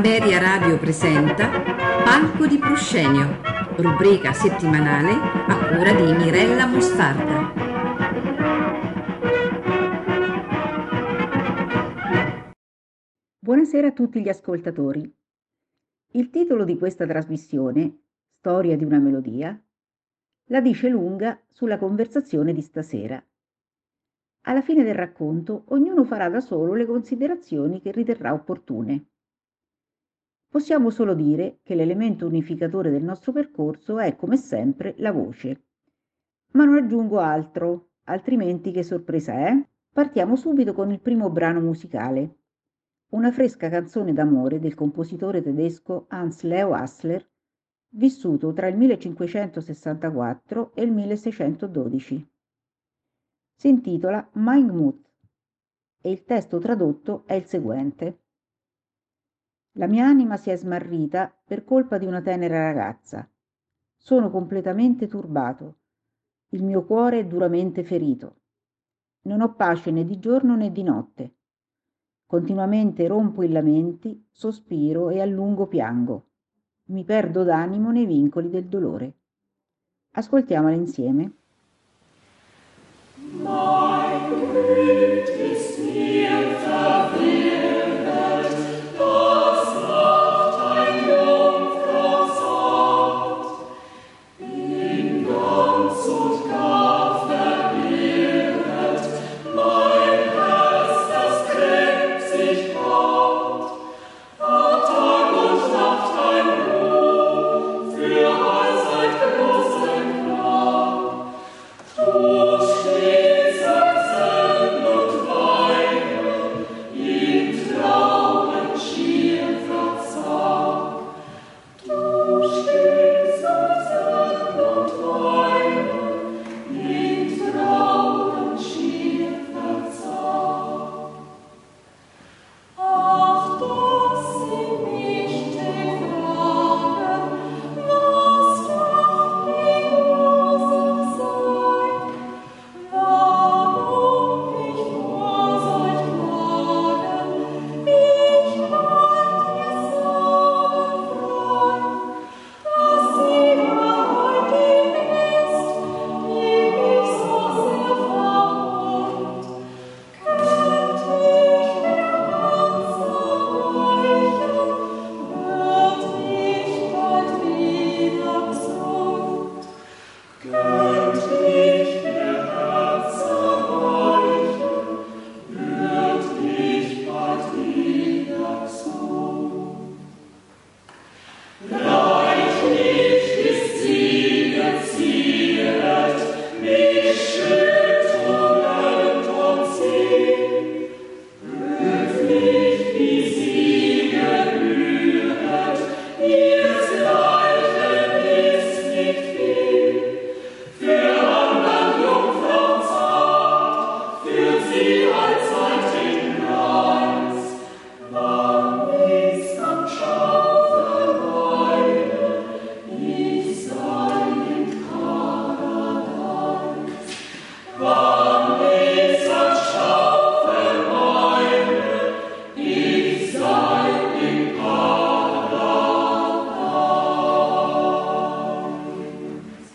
Ameria Radio presenta Palco di Proscenio, rubrica settimanale a cura di Mirella Mostarda. Buonasera a tutti gli ascoltatori. Il titolo di questa trasmissione, Storia di una melodia, la dice lunga sulla conversazione di stasera. Alla fine del racconto, ognuno farà da solo le considerazioni che riterrà opportune. Possiamo solo dire che l'elemento unificatore del nostro percorso è, come sempre, la voce. Ma non aggiungo altro, altrimenti che sorpresa è? Partiamo subito con il primo brano musicale. Una fresca canzone d'amore del compositore tedesco Hans Leo Hassler, vissuto tra il 1564 e il 1612. Si intitola Mein Gmuth e il testo tradotto è il seguente. La mia anima si è smarrita per colpa di una tenera ragazza. Sono completamente turbato. Il mio cuore è duramente ferito. Non ho pace né di giorno né di notte. Continuamente rompo in lamenti, sospiro e a lungo piango. Mi perdo d'animo nei vincoli del dolore. Ascoltiamola insieme. Mein Blut ist mir verwirret, das macht ein Jungfrau satt, bin ganz und gar verwirret, mein Herz, das grämt sich hart, hat Tag und Nacht ein Ruf für allzeit großen Gram. Du stehst am Sinn und weinen, im Trauen schier verzagt. Du stehst am Sinn und weinen, im Trauen schier verzagt. Ach, dass sie mich fragen, was doch die Ursache sei, warum ich nur solch Fragen, ich wollt ihr sagen, Freund, dass sie daheim die List, die mich so sehr verwundt, könnt ich ihr Herz erreichen, wird ich bald wieder gesund. Könnt ich ihr Herz erreichen, wird ich bald wieder gesund. Reichlich ist sie gezieret, mich schützt und sie, höflich wie sie gerühret, ihresgleichen ist nicht viel. Für andern Jungfrauen zart, für sie allzeit den Glanz. Wann ist am Schaffe Weide, ich sei im Paradies. Wann ist am Schaffe Weide, ich sei im Paradies.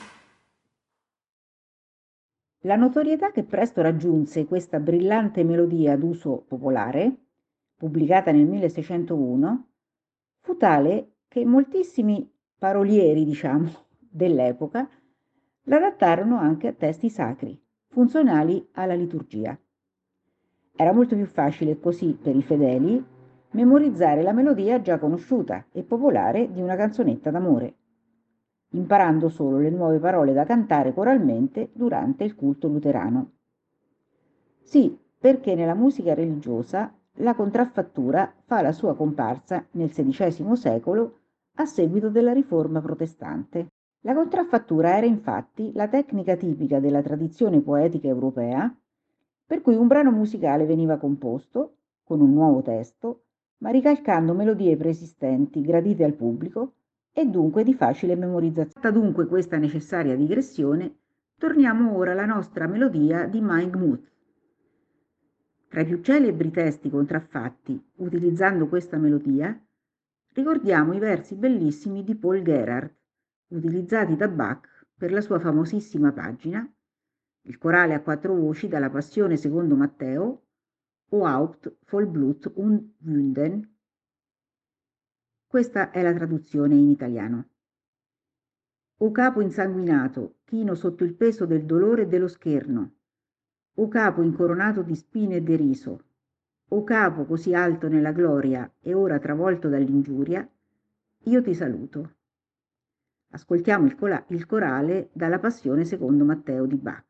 La notorietà che presto raggiunse questa brillante melodia d'uso popolare, pubblicata nel 1601, fu tale che moltissimi parolieri, diciamo, dell'epoca l'adattarono anche a testi sacri, funzionali alla liturgia. Era molto più facile così per i fedeli memorizzare la melodia già conosciuta e popolare di una canzonetta d'amore, imparando solo le nuove parole da cantare coralmente durante il culto luterano. Sì, perché nella musica religiosa la contraffattura fa la sua comparsa nel XVI secolo a seguito della riforma protestante. La contraffattura era infatti la tecnica tipica della tradizione poetica europea, per cui un brano musicale veniva composto con un nuovo testo, ma ricalcando melodie preesistenti gradite al pubblico e dunque di facile memorizzazione. Fatta dunque questa necessaria digressione, torniamo ora alla nostra melodia di Mein Gmuth. Tra i più celebri testi contraffatti utilizzando questa melodia ricordiamo i versi bellissimi di Paul Gerhardt, utilizzati da Bach per la sua famosissima pagina, il corale a quattro voci dalla Passione secondo Matteo, O Haupt voll Blut und Wunden. Questa è la traduzione in italiano. O capo insanguinato, chino sotto il peso del dolore e dello scherno, o capo incoronato di spine e deriso, o capo così alto nella gloria e ora travolto dall'ingiuria, io ti saluto. Ascoltiamo il corale dalla Passione secondo Matteo di Bach.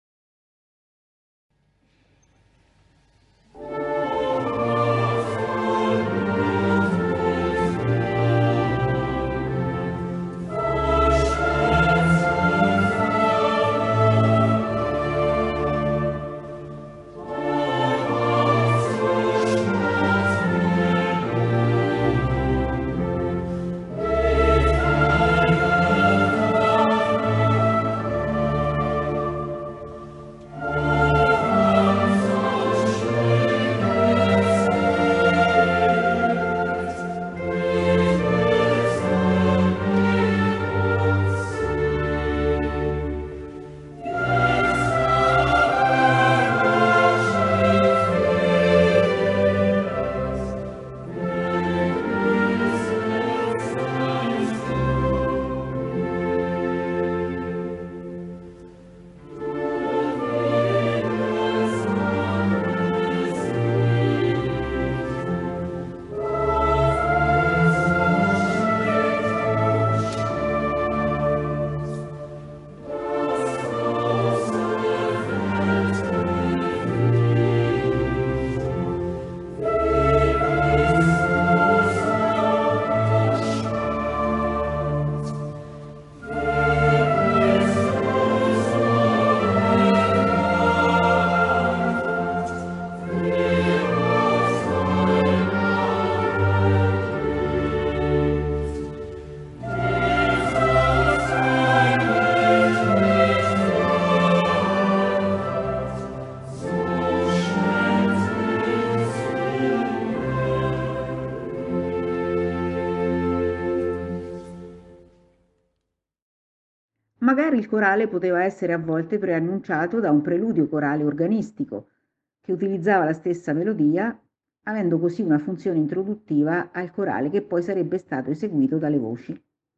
Magari il corale poteva essere a volte preannunciato da un preludio corale organistico, che utilizzava la stessa melodia, avendo così una funzione introduttiva al corale che poi sarebbe stato eseguito dalle voci.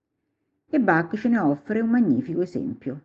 E Bach ce ne offre un magnifico esempio.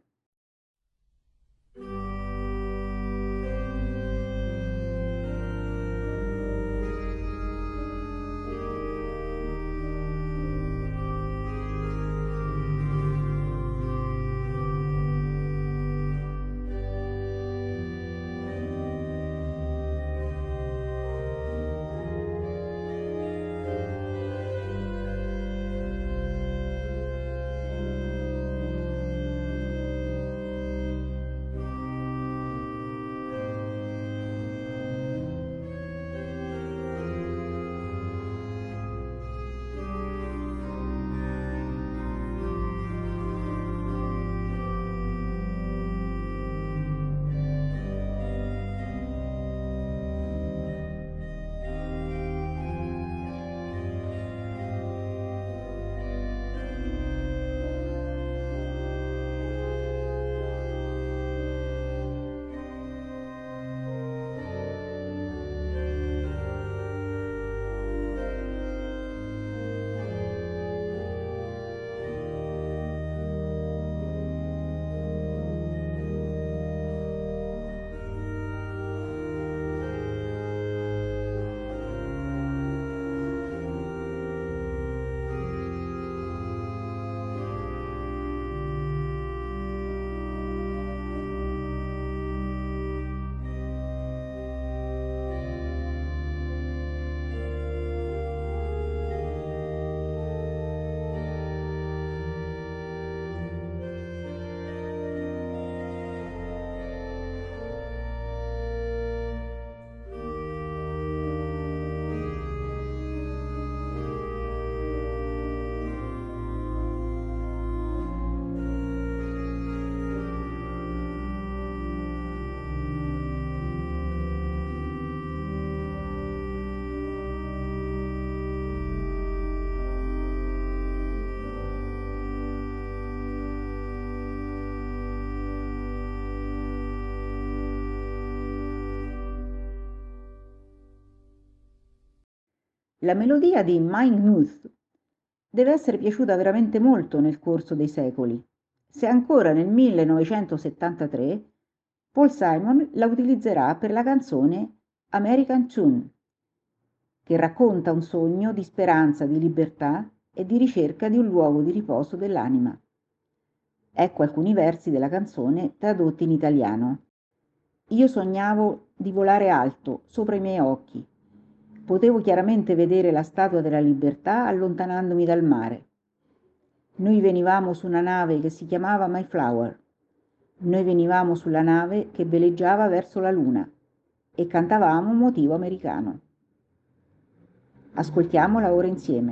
La melodia di Mein Muth deve essere piaciuta veramente molto nel corso dei secoli, se ancora nel 1973 Paul Simon la utilizzerà per la canzone American Tune, che racconta un sogno di speranza, di libertà e di ricerca di un luogo di riposo dell'anima. Ecco alcuni versi della canzone tradotti in italiano. Io sognavo di volare alto, sopra i miei occhi. Potevo chiaramente vedere la Statua della Libertà allontanandomi dal mare. Noi venivamo su una nave che si chiamava Mayflower. Noi venivamo sulla nave che veleggiava verso la luna e cantavamo un motivo americano. Ascoltiamola ora insieme.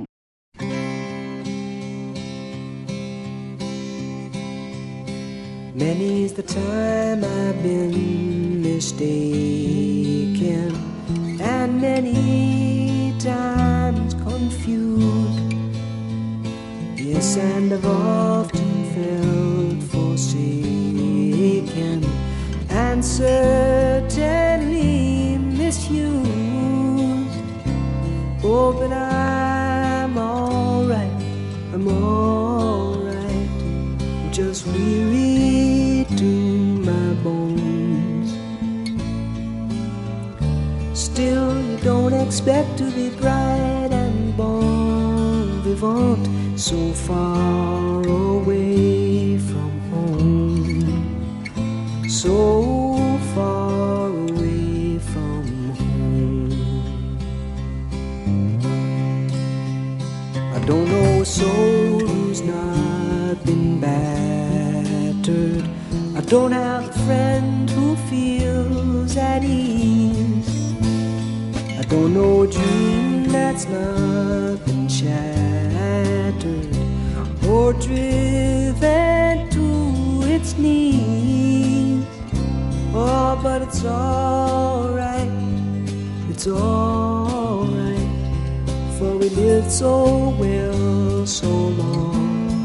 Many's the time I've been mistaken, and many times confused. Yes, and I've often felt forsaken, and certainly misused. Oh, but I'm alright, I'm alright, just weary to my bones. Still, you don't expect to be bright and bon vivant so far away from home, so far away from home. I don't know a soul who's not been battered. I don't have a friend who feels at ease. I don't know a dream that's not been shattered or driven to its knees. Oh, but it's alright, it's alright, for we lived so well so long.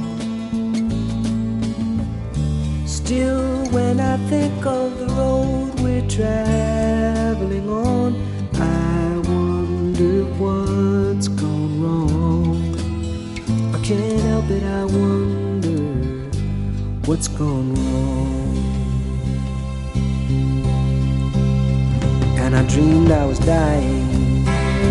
Still, when I think of the road we're traveling on, I wonder what's gone wrong. I can't help it, I wonder what's gone wrong. And I dreamed I was dying.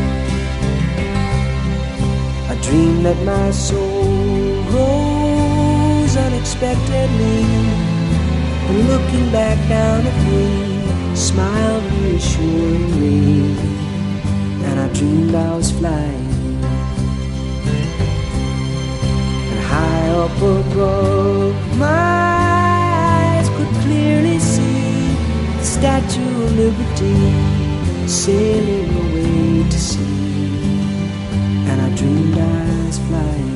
I dreamed that my soul rose unexpectedly, and looking back down at me, smiled reassuringly. And I dreamed I was flying, and high up above, my eyes could clearly see the Statue of Liberty sailing away to sea. And I dreamed I was flying.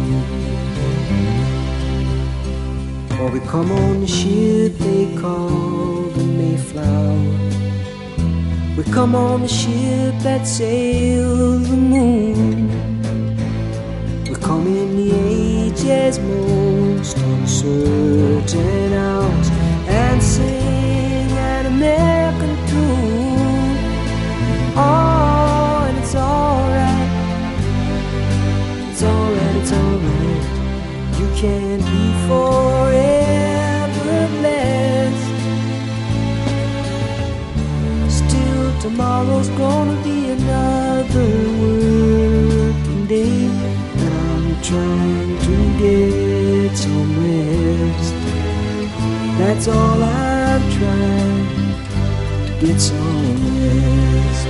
Or we come on the ship they call the Mayflower. We come on the ship that sails the moon. We come in the age's most uncertain hours and sing an American tune. Oh, and it's alright, it's alright, it's alright. You can be forever blessed. Still, tomorrow's gonna be another working day, and I'm trying to get some rest. That's all I'm trying, to get some rest.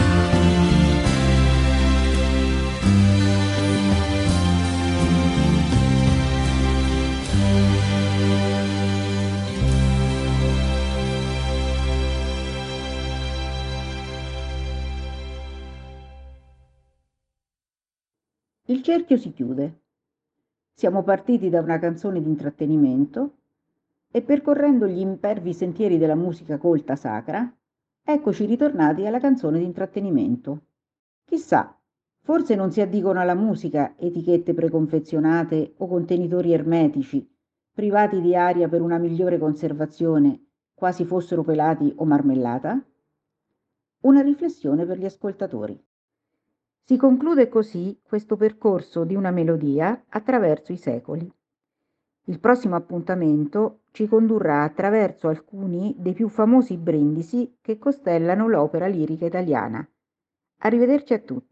Il cerchio si chiude. Siamo partiti da una canzone di intrattenimento e percorrendo gli impervi sentieri della musica colta sacra, eccoci ritornati alla canzone di intrattenimento. Chissà, forse non si addicono alla musica etichette preconfezionate o contenitori ermetici, privati di aria per una migliore conservazione, quasi fossero pelati o marmellata? Una riflessione per gli ascoltatori. Si conclude così questo percorso di una melodia attraverso i secoli. Il prossimo appuntamento ci condurrà attraverso alcuni dei più famosi brindisi che costellano l'opera lirica italiana. Arrivederci a tutti.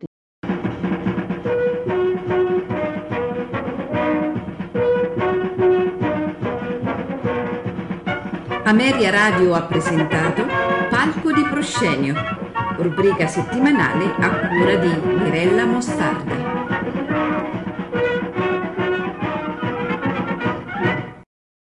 Ameria Radio ha presentato Palco di Proscenio, rubrica settimanale a cura di Mirella Mostarda.